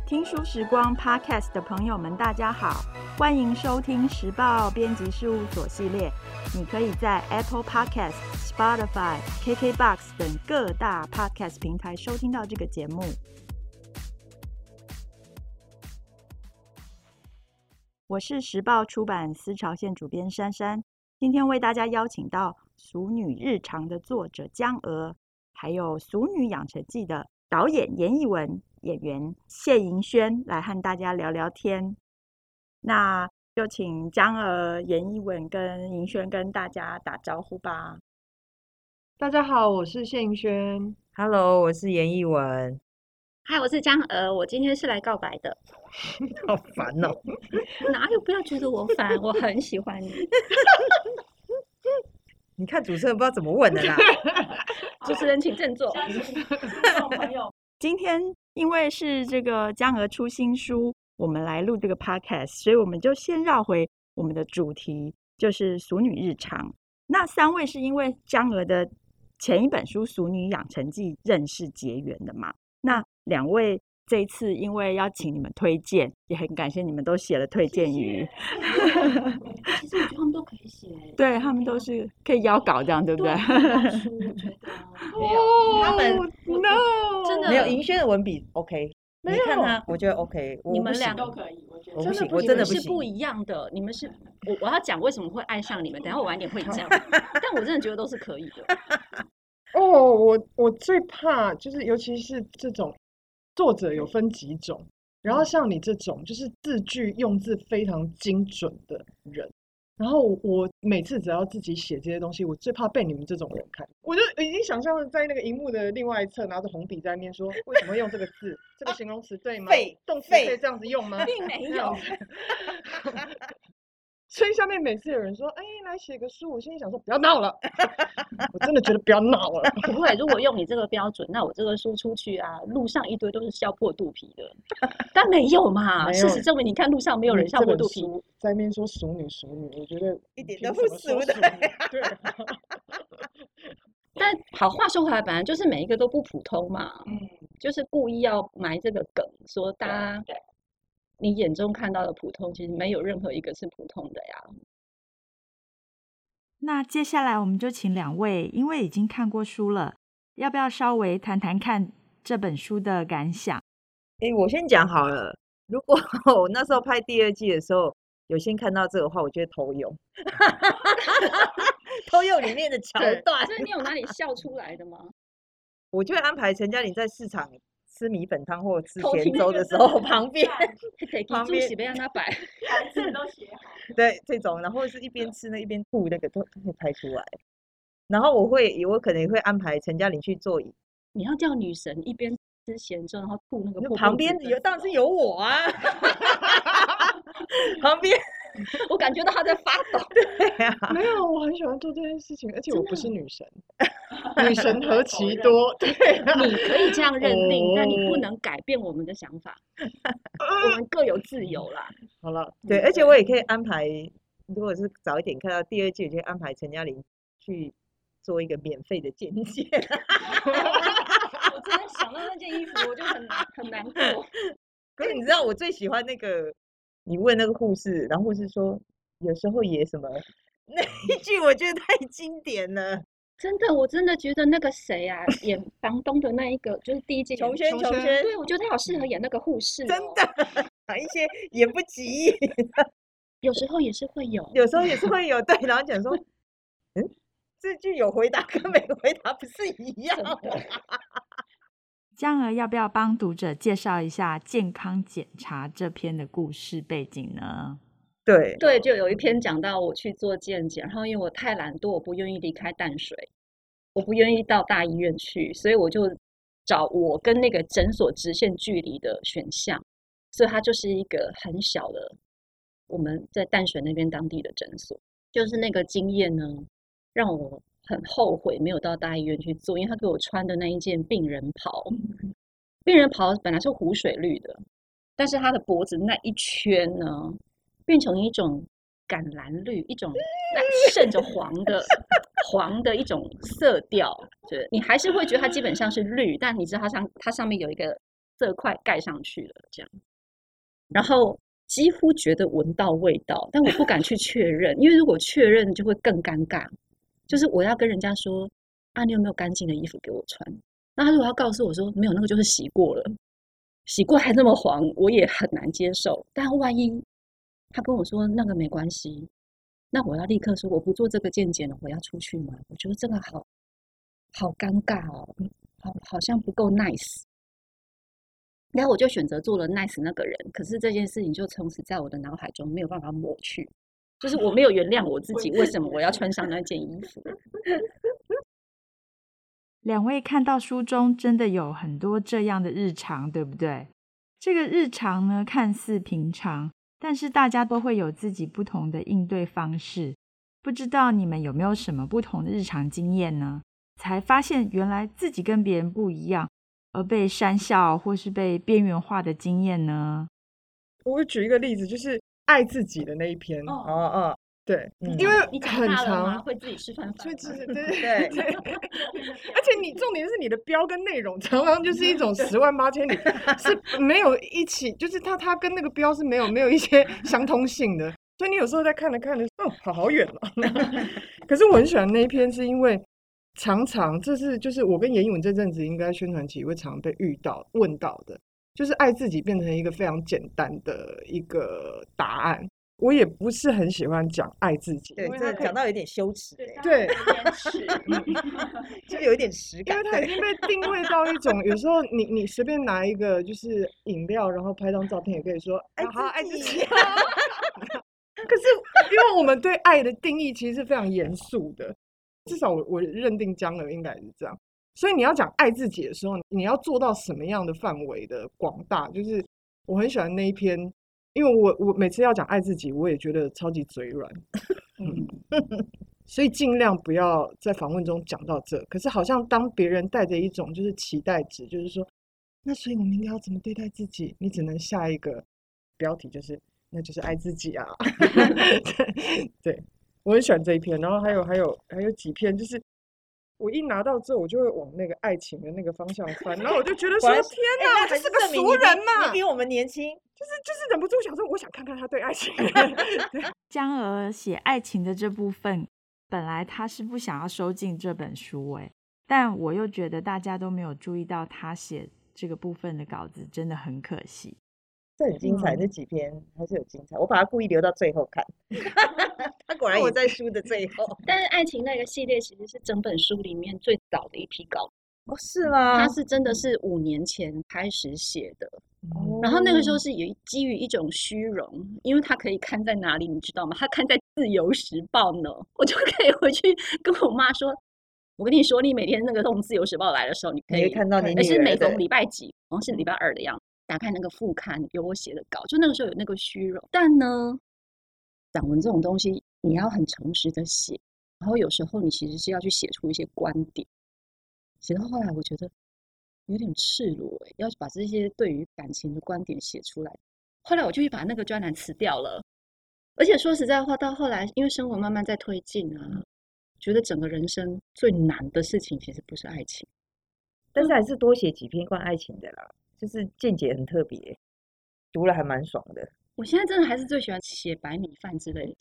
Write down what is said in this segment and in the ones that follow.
听书时光 Podcast 的朋友们大家好，欢迎收听时报编辑事务所系列。你可以在 Apple Podcast、Spotify、KKBOX 等各大 Podcast 平台收听到这个节目。我是时报出版思潮线主编珊珊，今天为大家邀请到《俗女日常》的作者江娥，还有《俗女养成记》的导演严艺文、演员谢盈萱来和大家聊聊天。那就请江娥、严艺文跟盈萱跟大家打招呼吧。 大家好，我是谢盈萱。 Hello， 我是严艺文。 嗨，我是江娥，我今天是来告白的。 好烦哦！ 哪有，不要觉得我烦，我很喜欢你。 你看主持人不知道怎么问的啦。 主持人请振作。 今天因为是这个江娥出新书，我们来录这个 podcast， 所以我们就先绕回我们的主题，就是俗女日常。那三位是因为江娥的前一本书《俗女养成记》认识结缘的嘛？那两位这一次因为要请你们推荐，也很感谢你们都写了推荐语。 其实我觉得他们都可以写， 对，他们都是可以邀稿这样，对不对？ 书我觉得没有，他们 no 真的没有盈萱的文笔 OK， 没有你看他，我觉得 OK， 你们俩都可以，我觉得我不行， 真的不行我真的不行。 是不一样的。你们是我要讲为什么会爱上你们，等一下我晚一点会讲。但我真的觉得都是可以的。 哦，我最怕就是，尤其是这种作者有分几种，然后像你这种就是字句用字非常精准的人，然后我每次只要自己写这些东西，我最怕被你们这种人看。我就已经想象了在那个荧幕的另外一侧拿着红笔在那边说，为什么会用这个字？这个形容词对吗？动词可以这样子用吗？ 并没有。 所以下面每次有人说：“哎，来写个书。”我心里想说：“不要闹了！”我真的觉得不要闹了。 不会，如果用你这个标准，那我这个书出去啊，路上一堆都是笑破肚皮的。但没有嘛， 没有事实证明，你看路上没有人笑破肚皮。 在那边说熟女，我觉得一点都不熟的。 对。 但好，话说回来，本来就是每一个都不普通嘛。就是故意要埋这个梗，说大家你眼中看到的普通，其实没有任何一个是普通的呀。 那接下来我们就请两位，因为已经看过书了，要不要稍微谈谈看这本书的感想？ 我先讲好了。如果我那时候拍第二季的时候，有先看到这个的话，我就会偷用。偷用里面的桥段。 所以你有哪里笑出来的吗？ 我就会安排陈嘉玲在市场吃米粉汤或吃咸粥的时候，旁边洗被让他摆， 字都写好。 对，这种，然后是一边吃呢一边吐，那个都可以拍出来。然后我可能会安排陈嘉玲去做。 你要叫女神一边吃咸粥，然后吐那个破旁边当然是有我啊。旁边。 我感觉到他在发抖。 对啊， 没有，我很喜欢做这件事情，而且我不是女神，女神何其多。对啊， 你可以这样认定，但你不能改变我们的想法。我们各有自由啦。 好了，对，而且我也可以安排，如果是早一点看到第二季，我就安排陈嘉玲去做一个免费的简介。 我真的想到那件衣服，我就很难过。 可是你知道我最喜欢那个。你问那个护士，然后护士说有时候也什么，那一句我觉得太经典了。 真的，我真的觉得那个谁啊，演房东的那一个，就是第一季琼萱， 对，我觉得他好适合演那个护士。 真的，一些演不及。 有时候也是会有， 有时候也是会有，对，然后讲说，这句有回答跟没回答不是一样的。 江娥要不要帮读者介绍一下健康检查这篇的故事背景呢？ 对，就有一篇讲到我去做健检，然后因为我太懒惰，我不愿意离开淡水，我不愿意到大医院去，所以我就找我跟那个诊所直线距离的选项，所以它就是一个很小的我们在淡水那边当地的诊所。就是那个经验呢，让我很后悔没有到大医院去做，因为他给我穿的那一件病人袍，病人袍本来是湖水绿的，但是他的脖子那一圈呢，变成一种橄榄绿，一种渗着黄的一种色调，对，你还是会觉得它基本上是绿，但你知道它上面有一个色块盖上去了这样，然后几乎觉得闻到味道，但我不敢去确认，因为如果确认就会更尴尬。就是我要跟人家说啊，你有没有干净的衣服给我穿？那他如果要告诉我说没有，那个就是洗过了，洗过还那么黄，我也很难接受。但万一他跟我说那个没关系，那我要立刻说我不做这个健检了，我要出去吗？我觉得这个好尴尬哦，好像不够 nice。然后我就选择做了 nice 那个人，可是这件事情就从此在我的脑海中没有办法抹去，就是我没有原谅我自己，为什么我要穿上那件衣服？ 两位看到书中真的有很多这样的日常，对不对？这个日常呢，看似平常，但是大家都会有自己不同的应对方式。不知道你们有没有什么不同的日常经验呢？才发现原来自己跟别人不一样，而被讪笑或是被边缘化的经验呢？ 我会举一个例子，就是爱自己的那一篇。对，因为你长很大了吗？ 长， 会自己吃饭所以饭吗？ 对，而且你重点是你的标跟内容常常就是一种10万8千里，是没有一起，就是它跟那个标是没有一些相通性的，所以你有时候在看着看着，好远哦。可是我很喜欢那一篇，是因为常常就是我跟严允这阵子应该宣传期会常被问到的，就是爱自己变成一个非常简单的一个答案。我也不是很喜欢讲爱自己， 对，这讲到有点羞耻， 对， 就有一点实感， 因为它已经被定位到一种，有时候你随便拿一个就是饮料，然后拍张照片，也可以说好爱自己。可是因为我们对爱的定义其实是非常严肃的，至少我认定江儿应该是这样。所以你要讲爱自己的时候，你要做到什么样的范围的广大？就是我很喜欢那一篇。因为我每次要讲爱自己，我也觉得超级嘴软，所以尽量不要在访问中讲到这。可是好像当别人带着一种就是期待值，就是说，那所以我们应该要怎么对待自己？你只能下一个标题那就是爱自己啊。对，我很喜欢这一篇，然后还有几篇就是我一拿到之后，我就会往那个爱情的那个方向翻，然后我就觉得说：天哪，我就是个俗人嘛！ 你比我们年轻， 就是忍不住想说，我想看看他对爱情。 江儿写爱情的这部分，本来他是不想要收进这本书但我又觉得大家都没有注意到他写这个部分的稿子，真的很可惜。 这很精彩，这几篇还是有精彩，我把它故意留到最后看。他果然也在书的最后。 但是爱情那个系列其实是整本书里面最早的一批稿。 哦，是吗？ 他是真的是5年前开始写的，然后那个时候是基于一种虚荣，因为他可以看在哪里，你知道吗？他看在《自由时报》呢，我就可以回去跟我妈说，我跟你说，你每天那个从《自由时报》来的时候，你可以看到你女儿的， 是每逢礼拜几，好像是礼拜2的样子，打开那个副刊有我写的稿，就那个时候有那个虚荣。但呢，散文这种东西，你要很诚实的写，然后有时候你其实是要去写出一些观点。写到后来，我觉得有点赤裸要把这些对于感情的观点写出来。后来我就把那个专栏辞掉了。而且说实在话，到后来因为生活慢慢在推进啊，觉得整个人生最难的事情其实不是爱情， 但是还是多写几篇关于爱情的啦，就是见解很特别，读了还蛮爽的。 我现在真的还是最喜欢写白米饭之类的，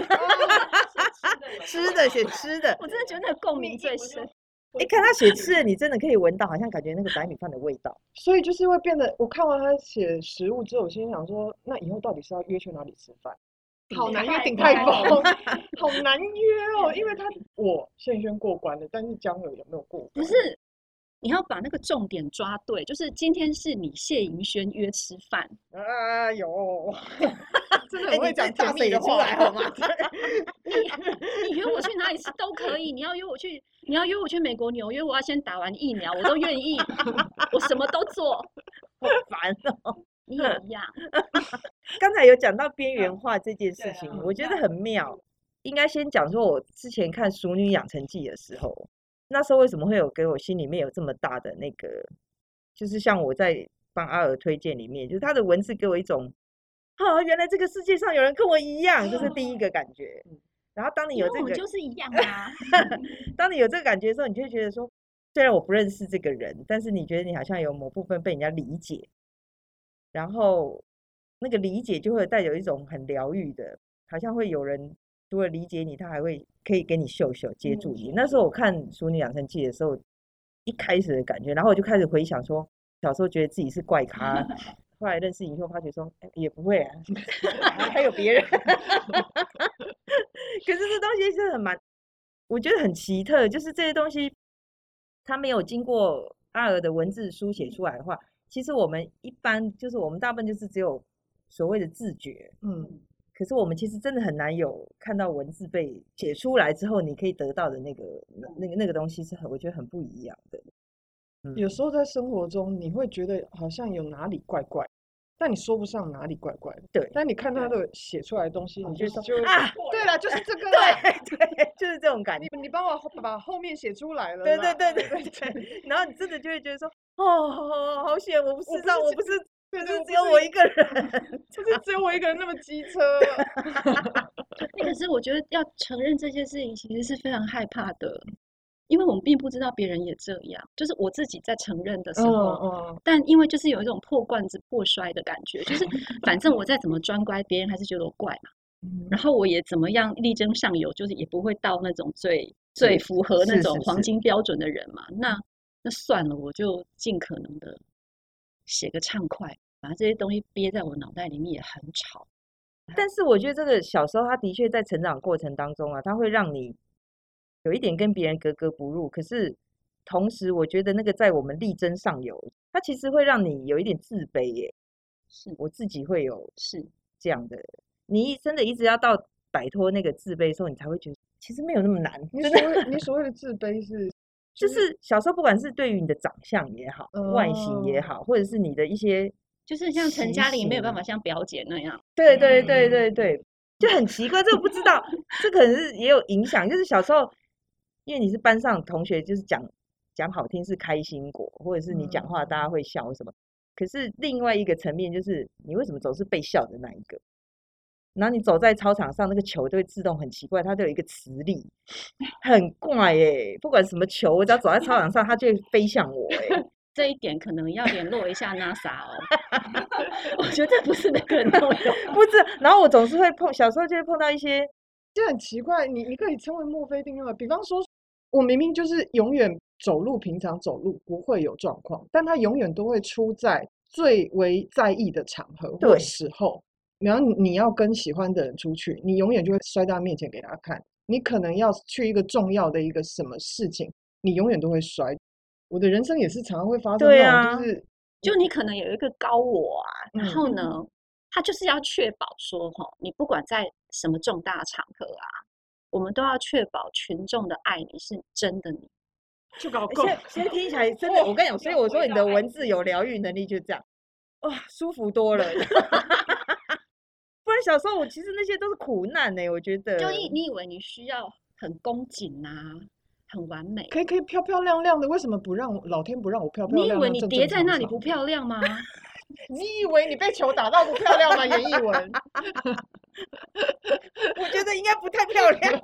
吃的写吃的， 我真的觉得那个共鸣最深。 看他写吃的，你真的可以闻到，好像感觉那个白米饭的味道。 所以就是会变得，我看完他写食物之后，我心想说，那以后到底是要约去哪里吃饭？好难约鼎泰丰，好难约哦，因为我宪轩过关了，但是江儿有没有过关？ 不是，你要把那个重点抓对，就是今天是你谢盈萱约吃饭啊，有，真的很会讲大甜蜜的话， 来好吗？ 你约我去哪里吃都可以，你要约我去美国纽约，我要先打完疫苗，我都愿意，我什么都做。 好烦哦， 你也一样。 刚才有讲到边缘化这件事情，我觉得很妙。应该先讲说，我之前看《熟女养成记》的时候，那时候为什么会有给我心里面有这么大的那个，就是像我在帮阿尔推荐里面，就是他的文字给我一种，原来这个世界上有人跟我一样，这是第一个感觉。然后当你有这个， 我们就是一样啊。 当你有这个感觉的时候，你就会觉得说， 虽然我不认识这个人，但是你觉得你好像有某部分被人家理解，然后那个理解就会带有一种很疗愈的，好像会有人除了理解你，他还会可以给你秀秀接住你。那时候我看《淑女养成记》的时候，一开始的感觉，然后我就开始回想说，小时候觉得自己是怪咖，后来认识以后发觉说，也不会啊，还有别人。可是这东西真的我觉得很奇特，就是这些东西它没有经过阿尔的文字书写出来的话，其实我们一般就是我们大部分就是只有所谓的自觉，可是我们其实真的很难有看到文字被写出来之后，你可以得到的那个东西是我觉得很不一样的。 有时候在生活中，你会觉得好像有哪里怪怪，但你说不上哪里怪怪的。 对， 但你看他的写出来的东西，你就会啊， 对了，就是这个， 对，就是这种感觉。 你帮我把后面写出来了。 对。然后你真的就会觉得说，哦，好险，我不是只有我一个人， 就是只有我一个人那么机车。 可是我觉得要承认这件事情，其实是非常害怕的。因为我们并不知道别人也这样，就是我自己在承认的时候，但因为就是有一种破罐子破摔的感觉，就是反正我再怎么装乖，别人还是觉得我怪嘛。然后我也怎么样力争上游，就是也不会到那种最符合那种黄金标准的人嘛。那算了，我就尽可能的写个畅快，把这些东西憋在我脑袋里面也很吵。 但是我觉得这个小时候，他的确在成长过程当中啊，他会让你有一点跟别人格格不入。可是同时，我觉得那个在我们力争上游，它其实会让你有一点自卑耶。 是我自己会有是这样的，你真的一直要到摆脱那个自卑的时候，你才会觉得其实没有那么难。 你所谓的自卑是， 就是小时候不管是对于你的长相也好，外形也好，或者是你的一些。 就是像陈嘉玲没有办法像表姐那样， 对，就很奇怪，这个不知道，这可能是也有影响。就是小时候，因为你是班上同学，就是讲好听是开心果，或者是你讲话大家会笑什么。可是另外一个层面就是，你为什么总是被笑的那一个？然后你走在操场上，那个球都会自动很奇怪，它都有一个磁力，很怪耶。不管什么球，我只要走在操场上，它就会飞向我耶。 这一点可能要联络一下 NASA 哦。我觉得不是每个人都有， 不是。然后我总是会小时候就会碰到一些， 就很奇怪。你可以称为墨菲定律吗？比方说，我明明就是永远平常走路不会有状况，但他永远都会出在最为在意的场合或时候。然后你要跟喜欢的人出去，你永远就会摔到他面前给他看。你可能要去一个重要的一个什么事情，你永远都会摔。我的人生也是常常会发生那种， 就你可能有一个高我啊，然后呢，他就是要确保说，你不管在什么重大场合啊，我们都要确保群众的爱你是真的你。 就搞够。 现在听起来真的，我跟你讲，所以我说你的文字有疗愈能力，就这样，哇，舒服多了。不然小时候我其实那些都是苦难我觉得。 就你以为你需要很恭谨啊？很完美， 可以漂漂亮亮的，为什么不让老天不让我漂漂亮亮？ 你以为你叠在那里不漂亮吗？ 你以为你被球打到不漂亮吗？严艺文， 我觉得应该不太漂亮。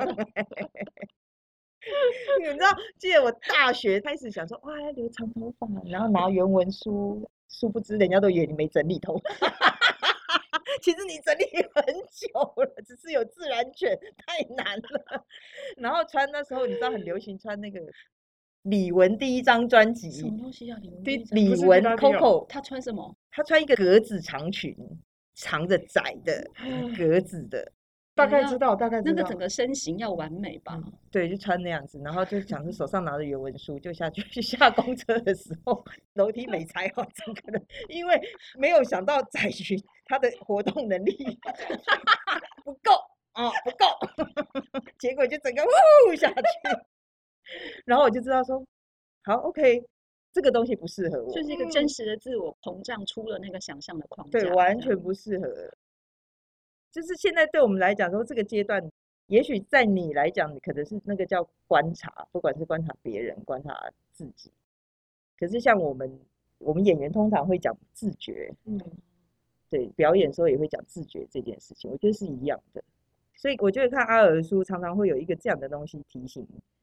你知道，记得我大学开始想说，哇，要留长头发，然后拿原文书，殊不知人家都以为你没整理头发。其实你整理很久了，只是有自然卷太难了。然后那时候你知道很流行穿那个李玟第一张专辑， 什么东西啊？ 李玟 Coco， 她穿什么？ 她穿一个格子长裙，长的窄的格子的。 大概知道。 那个整个身形要完美吧？ 对，就穿那样子，然后就想着手上拿着原文书就下去下公车的时候，楼梯没踩好，整个人因为没有想到窄裙它的活动能力不够不够，结果就整个呜下去，然后我就知道说，好 OK， 这个东西不适合我， 就是一个真实的自我膨胀出了那个想象的框架， 对，完全不适合。就是现在对我们来讲说，这个阶段，也许在你来讲，你可能是那个叫观察，不管是观察别人、观察自己。可是像我们演员通常会讲自觉，对，表演的时候也会讲自觉这件事情，我觉得是一样的。所以我觉得看阿尔书常常会有一个这样的东西提醒你，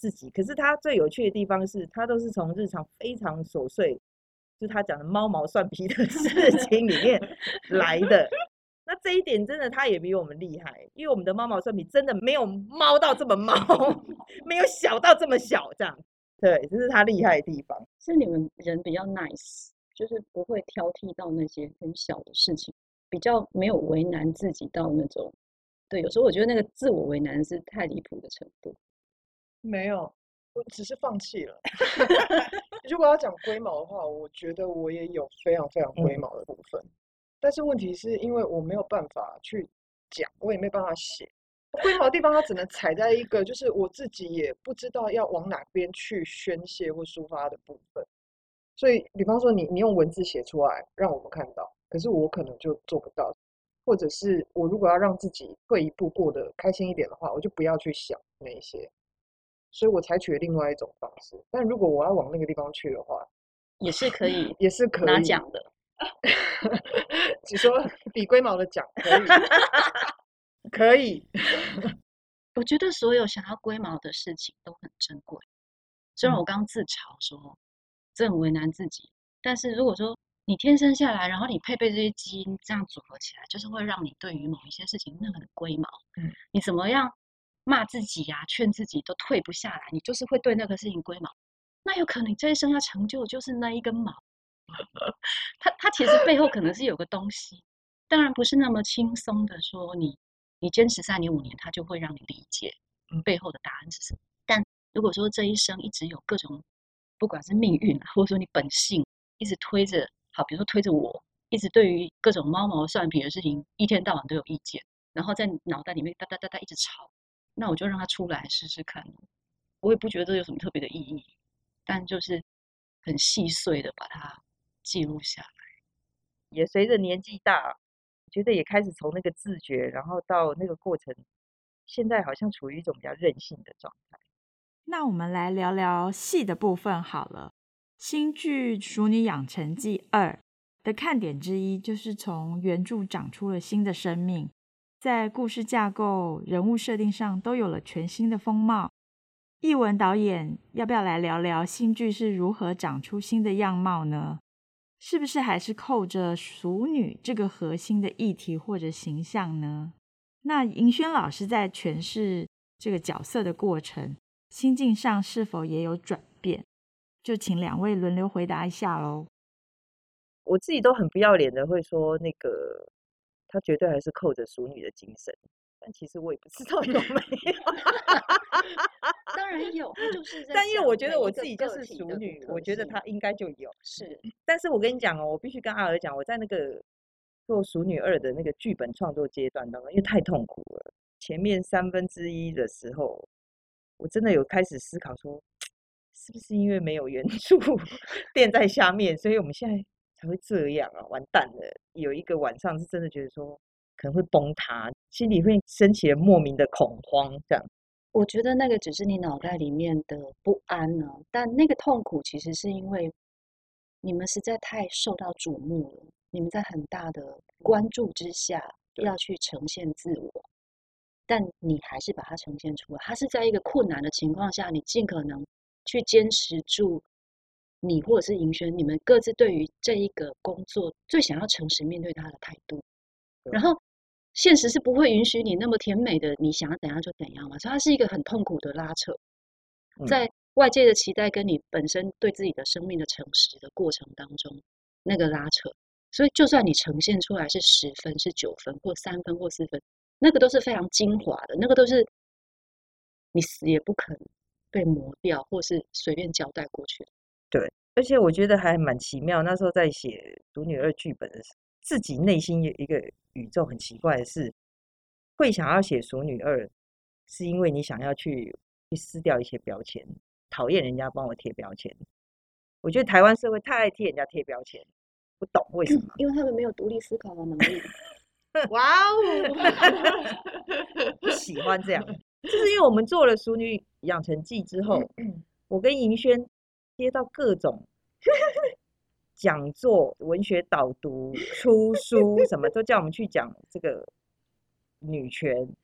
自己。可是他最有趣的地方是，他都是从日常非常琐碎，就是他讲的猫毛蒜皮的事情里面来的。那这一点真的他也比我们厉害，因为我们的猫毛蒜皮真的没有猫到这么猫，没有小到这么小，这样。对，这是他厉害的地方。 是你们人比较 nice， 就是不会挑剔到那些很小的事情，比较没有为难自己到那种。对，有时候我觉得那个自我为难是太离谱的程度。 没有，我只是放弃了。如果要讲龟毛的话，我觉得我也有非常非常龟毛的部分，但是问题是因为我没有办法去讲，我也没办法写。龟毛的地方，它只能踩在一个就是我自己也不知道要往哪边去宣泄或抒发的部分。所以，比方说你用文字写出来让我们看到，可是我可能就做不到。或者是我如果要让自己退一步过得开心一点的话，我就不要去想那一些。所以我采取了另外一种方式。但如果我要往那个地方去的话， 也是可以也是可以拿奖的。 只说比龟毛的奖可以，可以。 我觉得所有想要龟毛的事情都很珍贵。虽然我刚自嘲说这很为难自己，但是如果说你天生下来，然后你配备这些基因这样组合起来，就是会让你对于某一些事情那很龟毛。你怎么样骂自己呀、劝自己都退不下来，你就是会对那个事情龟毛。那有可能你这一生要成就的就是那一根毛。它其实背后可能是有个东西，当然不是那么轻松的说你坚持3年5年，它就会让你理解背后的答案是什么。但如果说这一生一直有各种，不管是命运或者说你本性一直推着，好，比如说推着我，一直对于各种猫毛蒜皮的事情一天到晚都有意见，然后在脑袋里面哒哒哒哒一直吵，那我就让它出来试试看。我也不觉得这有什么特别的意义，但就是很细碎的把它记录下来。 也随着年纪大，觉得也开始从那个自觉，然后到那个过程，现在好像处于一种比较任性的状态。 那我们来聊聊戏的部分好了。新剧《熟女养成记2》的看点之一就是从原著长出了新的生命，在故事架构、人物设定上都有了全新的风貌。艺文导演要不要来聊聊新剧是如何长出新的样貌呢？是不是还是扣着熟女这个核心的议题或者形象呢？那银轩老师在诠释这个角色的过程，心境上是否也有转变？就请2位轮流回答一下咯。 我自己都很不要脸的会说，那个他绝对还是扣着熟女的精神，但其实我也不知道有没有。 当然有，他就是在但因为讲我觉得我每一个自己就是个体的熟女， 独特我觉得性他应该就有。 是但是我跟你讲哦，我必须跟阿娥讲，我在那个做《熟女2》的那个剧本创作阶段当中，因为太痛苦了，前面1/3的时候，我真的有开始思考说，是不是因为没有原著垫在下面，所以我们现在才会这样啊？完蛋了！有一个晚上是真的觉得说可能会崩塌，心里会升起了莫名的恐慌，这样。 我觉得那个只是你脑袋里面的不安呢，但那个痛苦其实是因为你们实在太受到瞩目了，你们在很大的关注之下要去呈现自我，但你还是把它呈现出来。它是在一个困难的情况下，你尽可能去坚持住你或者是银轩，你们各自对于这一个工作最想要诚实面对它的态度，然后现实是不会允许你那么甜美的，你想要怎样就怎样嘛，所以它是一个很痛苦的拉扯，在外界的期待跟你本身对自己的生命的诚实的过程当中，那个拉扯，所以就算你呈现出来是10分、是9分或3分或4分，那个都是非常精华的，那个都是你死也不肯被磨掉，或是随便交代过去的。 对，而且我觉得还蛮奇妙。那时候在写《熟女2》剧本的时候，自己内心有一个宇宙很奇怪的是，会想要写《熟女2》，是因为你想要去撕掉一些标签，讨厌人家帮我贴标签。我觉得台湾社会太爱替人家贴标签，不懂为什么。 因为他们没有独立思考的能力。 哇哦， 不喜欢这样，就是因为我们做了《熟女养成记》之后，我跟银轩接到各种讲座、文学导读、出书，什么都叫我们去讲这个女权，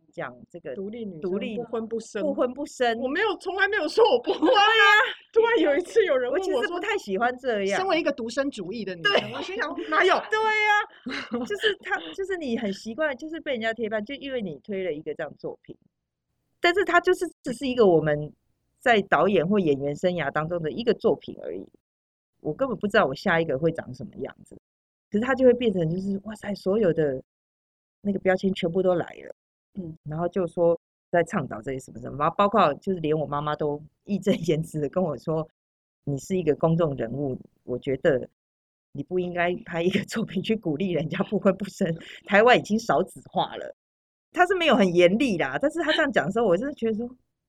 讲这个独立女独立生不婚不生， 不婚不生， 我从来没有说我不婚啊。突然有一次有人我其问我说， 实不太喜欢这样。 身为一个独身主义的女生，我心想哪有？ 对呀、就是他，就是你很习惯，就是被人家贴吧，就因为你推了一个这样作品，但是它就是只是一个我们在导演或演员生涯当中的一个作品而已。我根本不知道我下一个会长什么样子，可是它就会变成就是哇塞，所有的那个标签全部都来了，然后就说在倡导这些什么什么，然后包括就是连我妈妈都义正言辞的跟我说，你是一个公众人物，我觉得你不应该拍一个作品去鼓励人家不婚不生，台湾已经少子化了。他是没有很严厉啦，但是他这样讲的时候，我真的觉得说，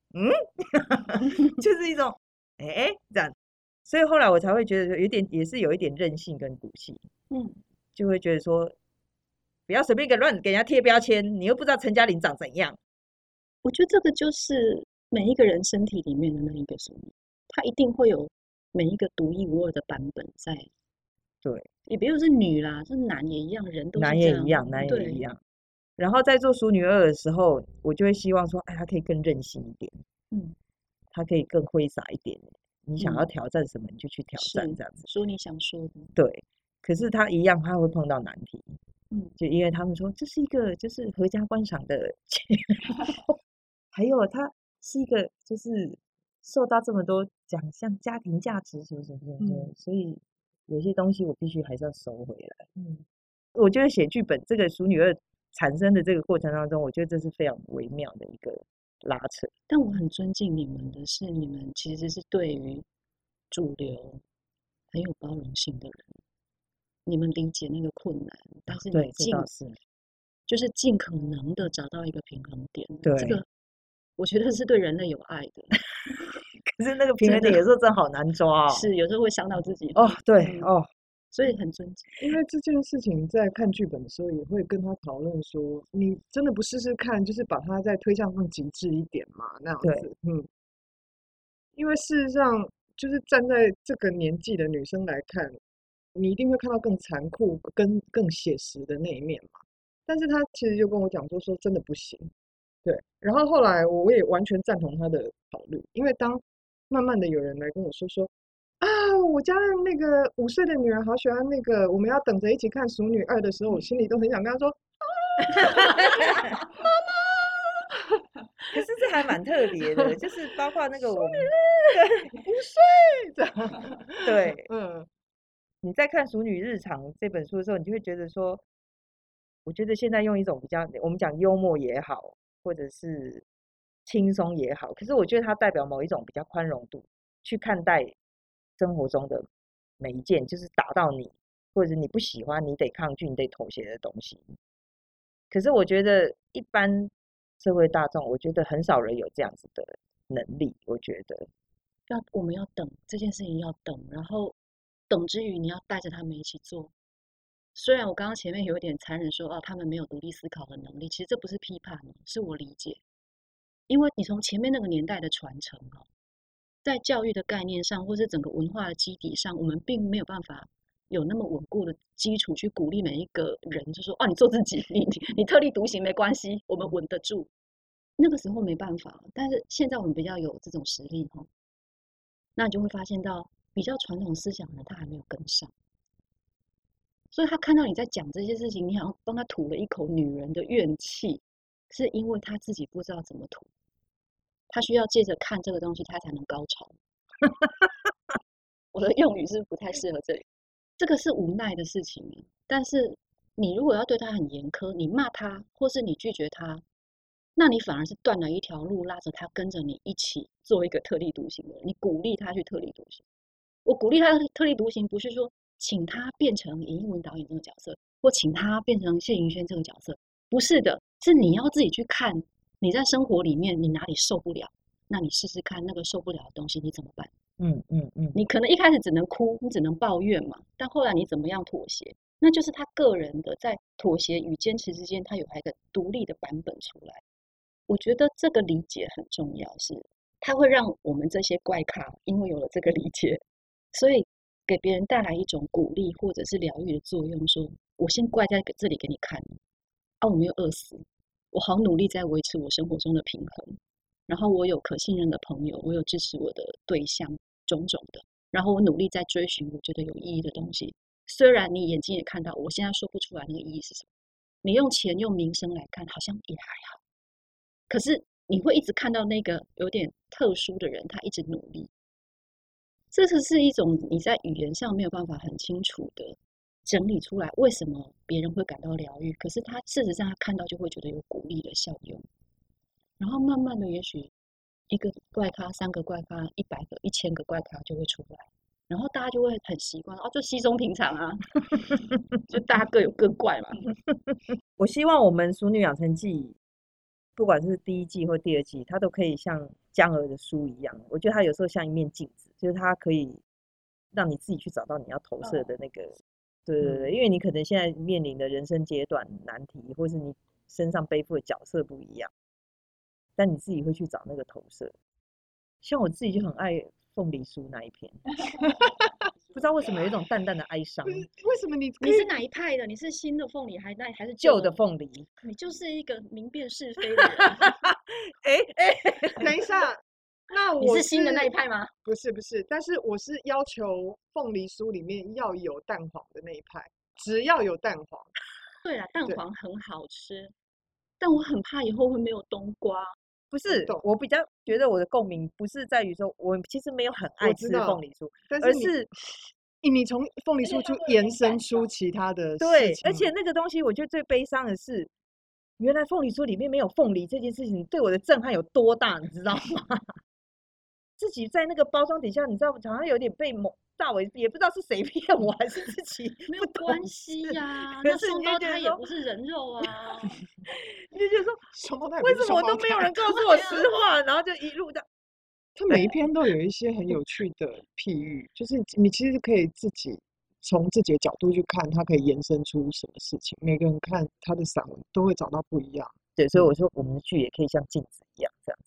就是一种这样，所以后来我才会觉得有点，也是有一点任性跟骨气，就会觉得说，不要随便乱给人家贴标签，你又不知道陈嘉玲长怎样。 我觉得这个就是每一个人身体里面的那一个属性，它一定会有每一个独一无二的版本在。 对， 也别说是女啦，是男也一样，人都是男这样， 也一样，男也一样。然后在做淑女二的时候，我就会希望说，哎，他可以更任性一点，他可以更挥洒一点。你想要挑战什么，你就去挑战，这样子。 说你想说的。 对，可是他一样，他会碰到难题。就因为他们说这是一个就是合家观赏的节目，还有他是一个就是受到这么多奖项，家庭价值什么什么什么，所以有些东西我必须还是要收回来。我觉得写剧本这个淑女二产生的这个过程当中，我觉得这是非常微妙的一个拉扯。 但我很尊敬你们的是，你们其实是对于主流很有包容性的人，你们理解那个困难，但是对， 你这倒是就是尽可能的找到一个平衡点。 对， 这个我觉得是对人类有爱的。 可是那个平衡点有时候真的好难抓哦。 是，有时候会伤到自己。 对哦。 所以很尊敬， 因为这件事情在看剧本的时候也会跟他讨论说，你真的不试试看，就是把它再推向更极致一点嘛，那样子。因为事实上，就是站在这个年纪的女生来看，你一定会看到更残酷、更写实的那一面嘛。但是他其实就跟我讲说真的不行，对。然后后来我也完全赞同他的考虑，因为当慢慢的有人来跟我说。我家的那个5岁的女儿好喜欢那个，我们要等着一起看《淑女2》的时候，我心里都很想跟她说：“妈妈。” 可是这还蛮特别的，就是包括那个我们 5岁这样。 对，你在看《淑女日常》这本书的时候，你就会觉得说，我觉得现在用一种比较，我们讲幽默也好，或者是轻松也好，可是我觉得它代表某一种比较宽容度去看待生活中的每一件就是打到你，或者是你不喜欢、你得抗拒、你得妥协的东西。可是我觉得一般社会大众，我觉得很少人有这样子的能力。我觉得我们要等这件事情，要等，然后等之余，你要带着他们一起做。虽然我刚刚前面有点残忍说，他们没有独立思考的能力，其实这不是批判，是我理解。因为你从前面那个年代的传承在教育的概念上，或是整个文化的基底上，我们并没有办法有那么稳固的基础去鼓励每一个人，就说你做自己，你特立独行没关系，我们稳得住。那个时候没办法，但是现在我们比较有这种实力那你就会发现到比较传统思想的人他还没有跟上，所以他看到你在讲这些事情，你好像帮他吐了一口女人的怨气，是因为他自己不知道怎么吐。他需要借着看这个东西，他才能高潮。我的用语是不太适合这里，这个是无奈的事情。但是你如果要对他很严苛，你骂他，或是你拒绝他，那你反而是断了一条路，拉着他跟着你一起做一个特立独行的人。你鼓励他去特立独行。我鼓励他特立独行，不是说请他变成尹英文导演这个角色，或请他变成谢盈萱这个角色，不是的，是你要自己去看。你在生活里面，你哪里受不了？那你试试看，那个受不了的东西你怎么办？你可能一开始只能哭，你只能抱怨嘛。但后来你怎么样妥协？那就是他个人的在妥协与坚持之间，他有一个独立的版本出来。我觉得这个理解很重要，是它会让我们这些怪咖，因为有了这个理解，所以给别人带来一种鼓励或者是疗愈的作用。说我先怪在这里给你看，我没有饿死。 我好努力在维持我生活中的平衡，然后我有可信任的朋友，我有支持我的对象，种种的，然后我努力在追寻我觉得有意义的东西。虽然你眼睛也看到，我现在说不出来那个意义是什么，你用钱用名声来看，好像也还好，可是你会一直看到那个有点特殊的人，他一直努力。这是一种你在语言上没有办法很清楚的整理出来，为什么别人会感到疗愈，可是他事实上他看到就会觉得有鼓励的效用，然后慢慢的，也许一个怪咖、3个怪咖、100个、1000个怪咖就会出来，然后大家就会很习惯，就稀松平常啊，就大家各有各怪嘛。 我希望我们《熟女养成记》，不管是第1季或第2季，它都可以像江儿的书一样。我觉得它有时候像一面镜子，就是它可以让你自己去找到你要投射的那个。对，因为你可能现在面临的人生阶段难题，或是你身上背负的角色不一样，但你自己会去找那个投射。像我自己就很爱凤梨酥那一篇，不知道为什么有一种淡淡的哀伤。 为什么你是哪一派的？你是新的凤梨还是旧的凤梨？ 你就是一个明辨是非的人。 等一下，那你我是新的那一派吗？ 不是，但是我是要求凤梨酥里面要有蛋黄的那一派，只要有蛋黄。 对啦，蛋黄很好吃，但我很怕以后会没有冬瓜。 不是，我比较觉得我的共鸣不是在于说我其实没有很爱吃凤梨酥，而是你从凤梨酥就延伸出其他的事情。 对，而且那个东西我觉得最悲伤的是，原来凤梨酥里面没有凤梨这件事情对我的震撼有多大，你知道吗？自己在那个包装底下，你知道好像有点被蒙大尾，也不知道是谁骗我，还是自己没有关系呀， 那双胞胎也不是人肉啊。 你就觉得说，为什么我都没有人告诉我实话，然后就一路的。 他每一篇都有一些很有趣的譬喻，就是你其实可以自己从自己的角度去看，它可以延伸出什么事情。每个人看他的散文都会找到不一样。 对，所以我说我们的剧也可以像镜子一样这样子。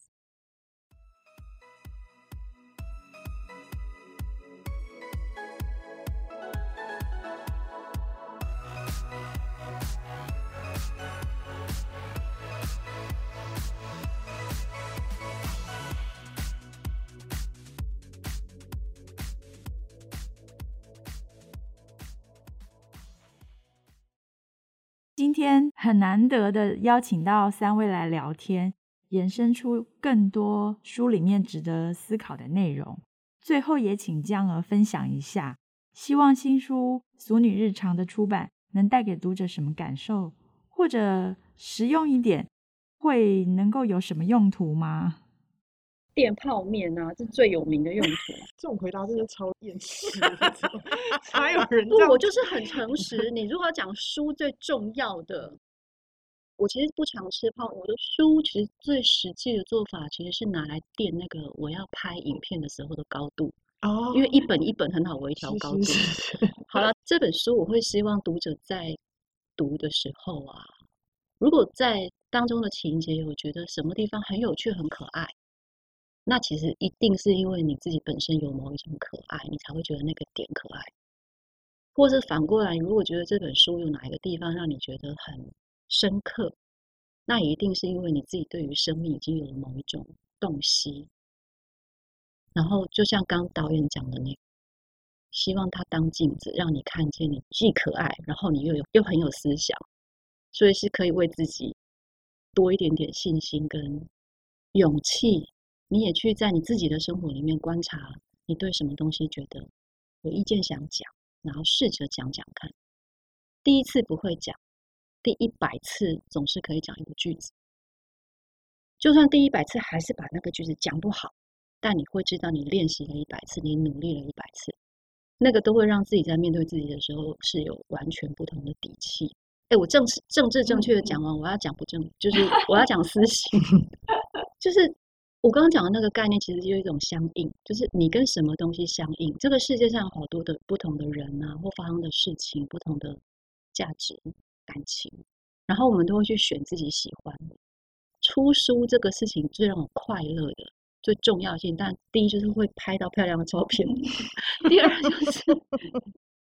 今天很难得的邀请到3位来聊天，延伸出更多书里面值得思考的内容。最后也请江儿分享一下，希望新书《俗女日常》的出版能带给读者什么感受，或者实用一点，会能够有什么用途吗？ 电泡面啊，这最有名的用途。 这种回答真的超厌世的，哪有人这样？ 不，我就是很诚实。你如果要讲书最重要的，我其实不常吃泡。我的书其实最实际的做法，其实是拿来垫那个我要拍影片的时候的高度。因为一本一本很好微调高度。好了，这本书我会希望读者在读的时候啊，如果在当中的情节，我觉得什么地方很有趣、很可爱。那其实一定是因为你自己本身有某一种可爱，你才会觉得那个点可爱。或是反过来，如果觉得这本书有哪一个地方让你觉得很深刻，那也一定是因为你自己对于生命已经有了某一种洞悉。然后就像刚导演讲的那个，希望它当镜子，让你看见你既可爱，然后你又很有思想，所以是可以为自己多一点点信心跟勇气。你也去在你自己的生活里面观察，你对什么东西觉得有意见想讲，然后试着讲讲看。第1次不会讲，第100次总是可以讲一个句子。就算第100次还是把那个句子讲不好，但你会知道你练习了100次，你努力了100次，那个都会让自己在面对自己的时候是有完全不同的底气。我政治正确的讲完，我要讲不正，就是我要讲私心，就是我刚刚讲的那个概念，其实有一种相应，就是你跟什么东西相应。这个世界上有好多的不同的人啊，或发生的事情，不同的价值、感情，然后我们都会去选自己喜欢的。出书这个事情最让我快乐的、最重要性，但第一就是会拍到漂亮的照片，第二就是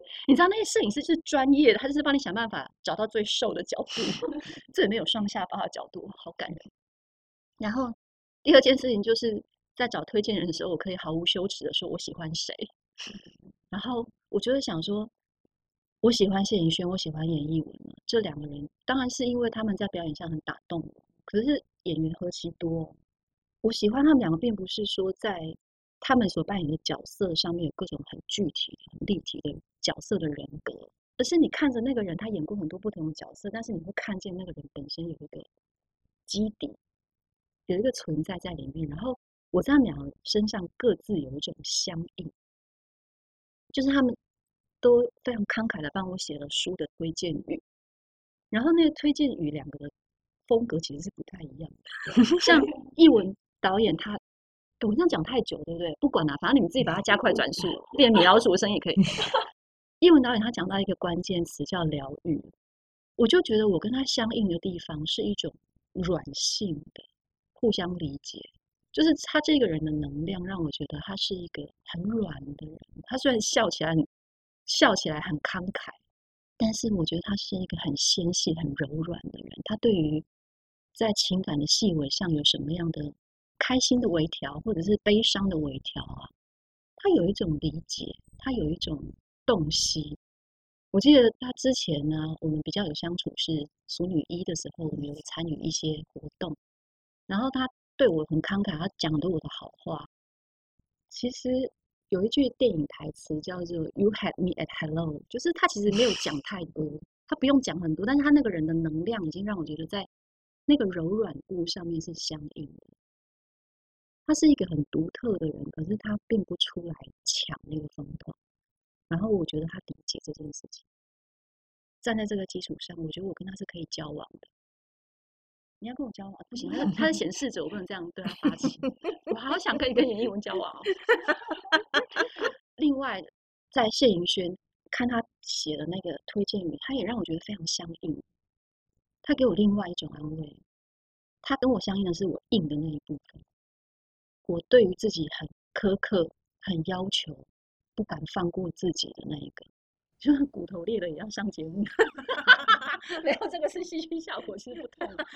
你知道那些摄影师是专业的，他就是帮你想办法找到最瘦的角度，最没有上下巴的角度，好感人。然后第二件事情就是在找推荐人的时候，我可以毫无羞耻的说我喜欢谁。然后我就会想说，我喜欢谢盈萱，我喜欢严艺文呢。这两个人当然是因为他们在表演上很打动我，可是演员何其多哦，我喜欢他们两个，并不是说在他们所扮演的角色上面有各种很具体、很立体的角色的人格，而是你看着那个人，他演过很多不同的角色，但是你会看见那个人本身有一个基底，有一个存在在里面。然后我在他们两个身上各自有一种相应，就是他们都非常慷慨的帮我写了书的推荐语，然后那个推荐语两个的风格其实是不太一样的。像艺文导演他，我这样讲太久，对不对？不管啦，反正你们自己把它加快转速，变米老鼠的声音也可以。艺文导演他讲到一个关键词叫疗愈，我就觉得我跟他相应的地方是一种软性的互相理解，就是他这个人的能量让我觉得他是一个很软的人。他虽然笑起来很慷慨，但是我觉得他是一个很纤细、很柔软的人。他对于在情感的细微上有什么样的开心的微调，或者是悲伤的微调啊，他有一种理解，他有一种洞悉。我记得他之前呢，我们比较有相处是淑女一的时候，我们有参与一些活动，然后他对我很慷慨，他讲了我的好话。其实有一句电影台词叫做 "You had me at hello"， 就是他其实没有讲太多，他不用讲很多，但是他那个人的能量已经让我觉得在那个柔软度上面是相应的。他是一个很独特的人，可是他并不出来抢那个风头。然后我觉得他理解这件事情，站在这个基础上，我觉得我跟他是可以交往的。你要跟我交往不行，他是显示者，我不能这样对他发起。我好想可以跟严艺文交往哦。另外，在谢盈萱看他写的那个推荐语，他也让我觉得非常相应。他给我另外一种安慰，他跟我相应的是我硬的那一部分。我对于自己很苛刻、很要求，不敢放过自己的那一个，就是骨头裂了也要上节目。没有，这个是戏剧效果，是不同的。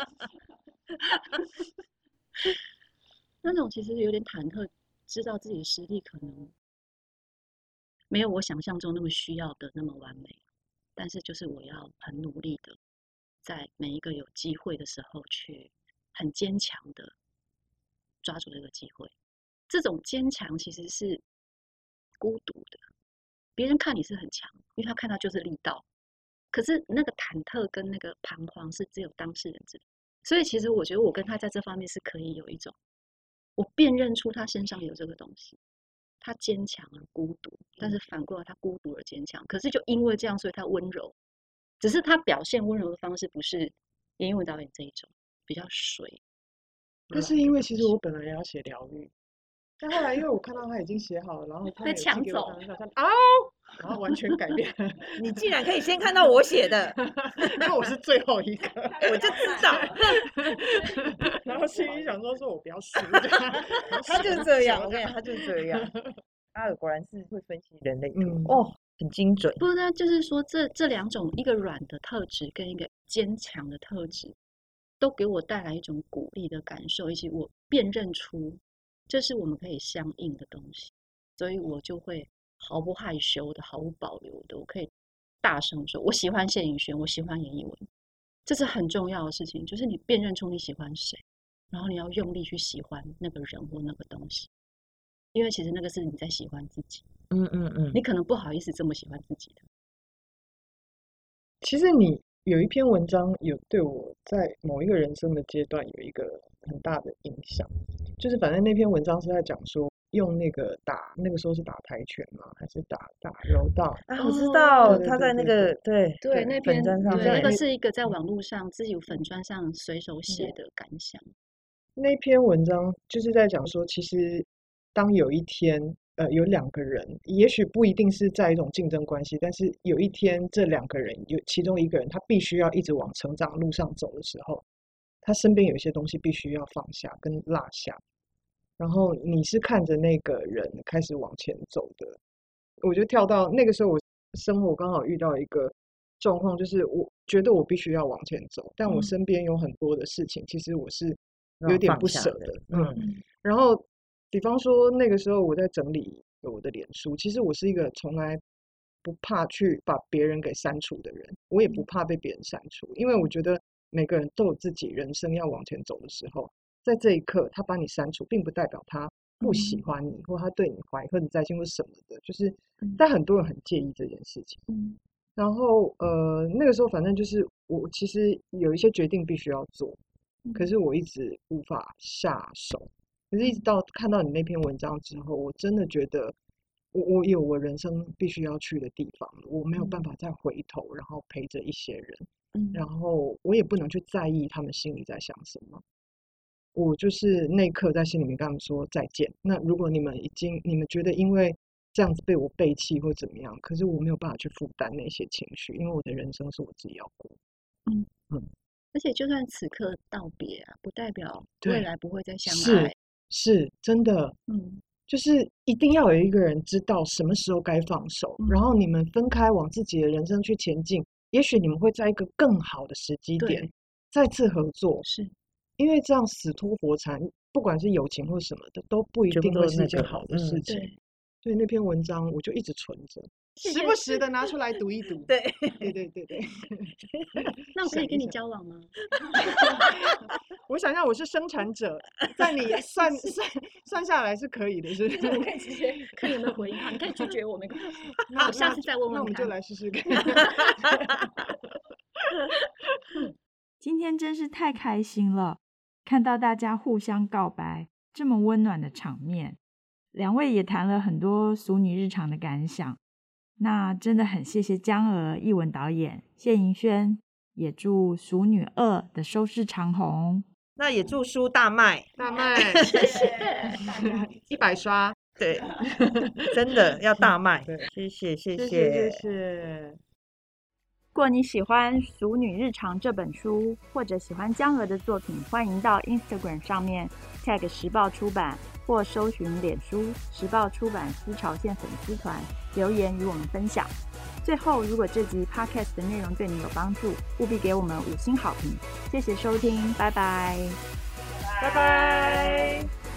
那种其实有点忐忑，知道自己的实力可能没有我想象中那么需要的那么完美，但是就是我要很努力的，在每一个有机会的时候去很坚强的抓住这个机会。这种坚强其实是孤独的，别人看你是很强，因为他看到就是力道，可是那个忐忑跟那个彷徨是只有当事人知道。所以其实我觉得我跟他在这方面是可以有一种，我辨认出他身上有这个东西，他坚强而孤独，但是反过来他孤独而坚强。可是就因为这样，所以他温柔，只是他表现温柔的方式不是严艺文导演这一种比较水。 但是因为其实我本来也要写疗愈，但后来因为我看到他已经写好了，然后他被也寄抢走给我看，他然后完全改变了。 你竟然可以先看到我写的， 因为我是最后一个， 我就知道。 然后心里想说我不要输， 他就是这样，我跟你讲，他就是这样。阿尔果然是会分析人类图，哦，很精准。 不过就是说这两种，一个软的特质跟一个坚强的特质，都给我带来一种鼓励的感受，以及我辨认出这是我们可以相应的东西，所以我就会毫不害羞的、毫无保留的，我可以大声说，我喜欢谢盈萱，我喜欢严艺文，这是很重要的事情，就是你辨认出你喜欢谁，然后你要用力去喜欢那个人或那个东西，因为其实那个是你在喜欢自己。你可能不好意思这么喜欢自己的。 其实你有一篇文章有对我在某一个人生的阶段有一个很大的影响，就是反正那篇文章是在讲说用那个那个时候是打跆拳吗？还是打柔道啊？我知道对他在那个对那篇粉专上对面， 那个是一个在网络上自己粉专上随手写的感想。 那篇文章就是在讲说，其实当有一天有两个人，也许不一定是在一种竞争关系，但是有一天这两个人有其中一个人他必须要一直往成长路上走的时候，他身边有一些东西必须要放下跟落下，然后你是看着那个人开始往前走的。我就跳到那个时候，我生活刚好遇到一个状况，就是我觉得我必须要往前走，但我身边有很多的事情，其实我是有点不舍的。然后比方说那个时候我在整理我的脸书，其实我是一个从来不怕去把别人给删除的人，我也不怕被别人删除，因为我觉得每个人都有自己人生要往前走的时候，在这一刻他把你删除，并不代表他不喜欢你，或他对你怀恨在心或什么的，就是但很多人很介意这件事情。然后那个时候反正就是我其实有一些决定必须要做，可是我一直无法下手。可是一直到看到你那篇文章之后，我真的觉得我有我人生必须要去的地方了，我没有办法再回头，然后陪着一些人，然后我也不能去在意他们心里在想什么。我就是那一刻在心里面跟他们说再见。那如果你们觉得因为这样子被我背弃或怎么样，可是我没有办法去负担那些情绪，因为我的人生是我自己要过。 而且就算此刻道别啊，不代表未来不会再相爱。 是真的。就是一定要有一个人知道什么时候该放手，然后你们分开往自己的人生去前进，也许你们会在一个更好的时机点再次合作。 是因为这样死拖活缠，不管是友情或什么的，都不一定会是一件好的事情。所以那篇文章我就一直存着，时不时的拿出来读一读。对。 那我可以跟你交往吗？ 我想想，我是生产者，在你算下来是可以的，是不是？ 我可以直接看有没有回应他，你可以拒绝我没关系。我下次再问问看。 那我们就来试试看。 今天真是太开心了，看到大家互相告白，这么温暖的场面。两位也谈了很多俗女日常的感想，那真的很谢谢江娥、艺文导演、谢盈萱，也祝《俗女2》的收视长红。 那也祝书大卖， 谢谢 100刷， 对，真的要大卖，谢谢。 如果你喜欢《俗女日常》这本书，或者喜欢江娥的作品，欢迎到 Instagram 上面 tag 时报出版，或搜寻脸书时报出版思潮线粉丝团留言与我们分享。最后，如果这集 podcast 的内容对你有帮助，务必给我们5星好评。谢谢收听，拜拜。 拜拜。